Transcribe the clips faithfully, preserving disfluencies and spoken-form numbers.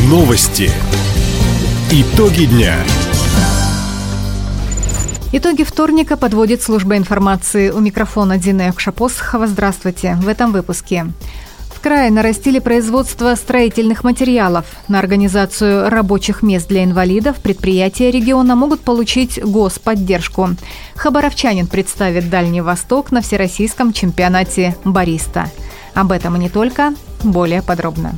Новости. Итоги дня. Итоги вторника подводит служба информации. У микрофона Дина Якшапосхова. Здравствуйте. В этом выпуске. В крае нарастили производство строительных материалов. На организацию рабочих мест для инвалидов предприятия региона могут получить господдержку. Хабаровчанин представит Дальний Восток на всероссийском чемпионате «Бариста». Об этом и не только. Более подробно.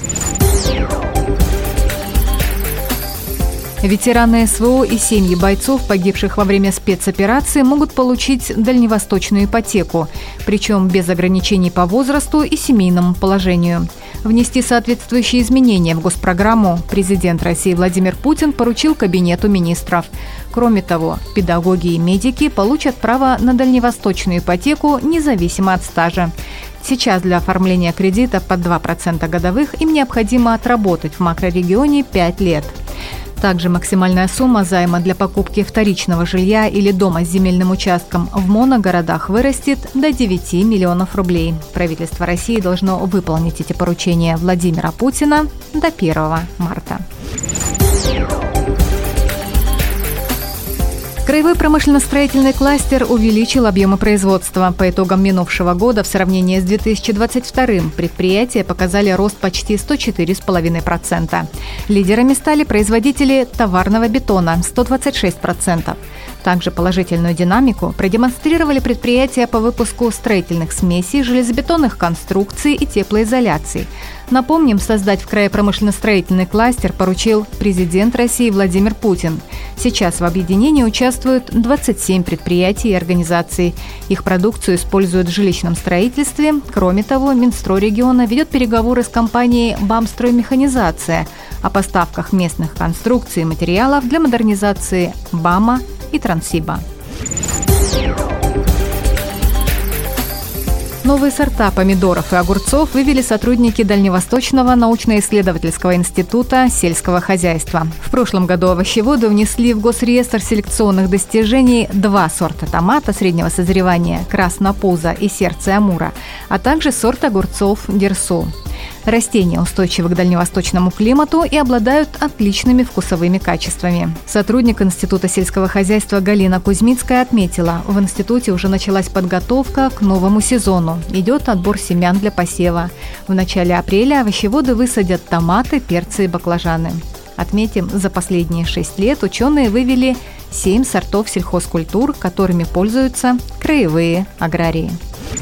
Ветераны СВО и семьи бойцов, погибших во время спецоперации, могут получить дальневосточную ипотеку, причем без ограничений по возрасту и семейному положению. Внести соответствующие изменения в госпрограмму президент России Владимир Путин поручил Кабинету министров. Кроме того, педагоги и медики получат право на дальневосточную ипотеку независимо от стажа. Сейчас для оформления кредита под два процента годовых им необходимо отработать в макрорегионе пять лет. Также максимальная сумма займа для покупки вторичного жилья или дома с земельным участком в моногородах вырастет до девяти миллионов рублей. Правительство России должно выполнить эти поручения Владимира Путина до первого марта. Краевой промышленно-строительный кластер увеличил объемы производства. По итогам минувшего года в сравнении с две тысячи двадцать вторым предприятия показали рост почти сто четыре целых пять десятых процента. Лидерами стали производители товарного бетона – сто двадцать шесть процентов. Также положительную динамику продемонстрировали предприятия по выпуску строительных смесей, железобетонных конструкций и теплоизоляции. Напомним, создать в крае промышленно-строительный кластер поручил президент России Владимир Путин. Сейчас в объединении участвуют двадцать семь предприятий и организаций. Их продукцию используют в жилищном строительстве. Кроме того, Минстрой региона ведет переговоры с компанией «Бамстроймеханизация» о поставках местных конструкций и материалов для модернизации БАМа и Транссиба. Новые сорта помидоров и огурцов вывели сотрудники Дальневосточного научно-исследовательского института сельского хозяйства. В прошлом году овощеводы внесли в Госреестр селекционных достижений два сорта томата среднего созревания «Краснопуза» и «Сердце Амура», а также сорт огурцов «Дерсу». Растения устойчивы к дальневосточному климату и обладают отличными вкусовыми качествами. Сотрудник Института сельского хозяйства Галина Кузьмицкая отметила, в институте уже началась подготовка к новому сезону. Идет отбор семян для посева. В начале апреля овощеводы высадят томаты, перцы и баклажаны. Отметим, за последние шесть лет ученые вывели семь сортов сельхозкультур, которыми пользуются краевые аграрии.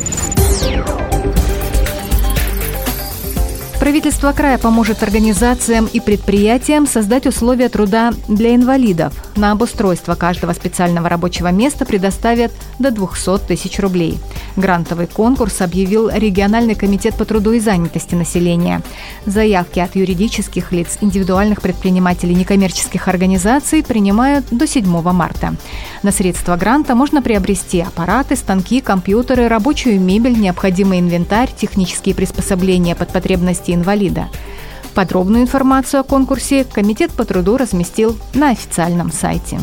Правительство края поможет организациям и предприятиям создать условия труда для инвалидов. На обустройство каждого специального рабочего места предоставят до двухсот тысяч рублей. Грантовый конкурс объявил региональный комитет по труду и занятости населения. Заявки от юридических лиц, индивидуальных предпринимателей, некоммерческих организаций принимают до седьмого марта. На средства гранта можно приобрести аппараты, станки, компьютеры, рабочую мебель, необходимый инвентарь, технические приспособления под потребности инвалида. Подробную информацию о конкурсе Комитет по труду разместил на официальном сайте.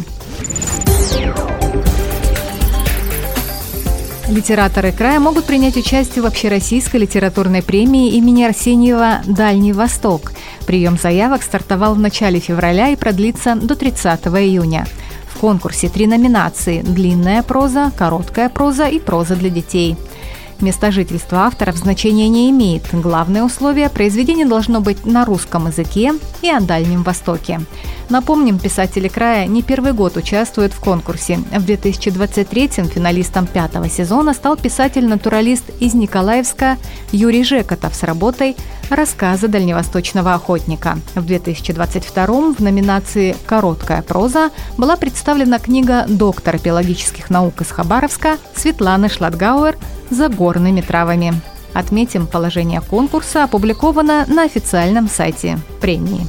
Литераторы края могут принять участие в общероссийской литературной премии имени Арсеньева «Дальний Восток». Прием заявок стартовал в начале февраля и продлится до тридцатого июня. В конкурсе три номинации – длинная проза, короткая проза и проза для детей. Место жительства авторов значения не имеет. Главное условие – произведение должно быть на русском языке и о Дальнем Востоке. Напомним, писатели края не первый год участвуют в конкурсе. В две тысячи двадцать третьем финалистом пятого сезона стал писатель-натуралист из Николаевска Юрий Жекотов с работой «Рассказы дальневосточного охотника». В две тысячи двадцать втором в номинации «Короткая проза» была представлена книга доктора биологических наук из Хабаровска Светланы Шладгауэр «За горными травами». Отметим, положение конкурса опубликовано на официальном сайте премии.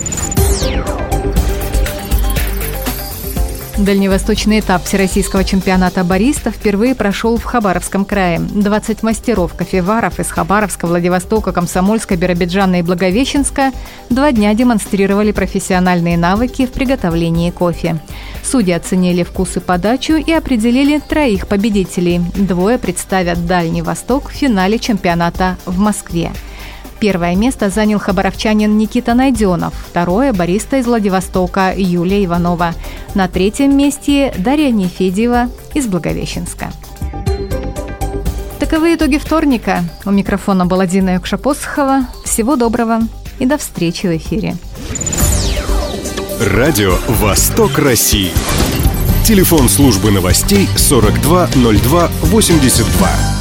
Дальневосточный этап всероссийского чемпионата «Бариста» впервые прошел в Хабаровском крае. двадцать мастеров-кофеваров из Хабаровска, Владивостока, Комсомольска, Биробиджана и Благовещенска два дня демонстрировали профессиональные навыки в приготовлении кофе. Судьи оценили вкус и подачу и определили троих победителей. Двое представят Дальний Восток в финале чемпионата в Москве. Первое место занял хабаровчанин Никита Найденов, второе – бариста из Владивостока Юлия Иванова. На третьем месте Дарья Нефедьева из Благовещенска. Таковы итоги вторника. У микрофона была Дина Юкша-Посохова. Всего доброго и до встречи в эфире. Радио «Восток России». Телефон службы новостей сорок два ноль два восемьдесят два.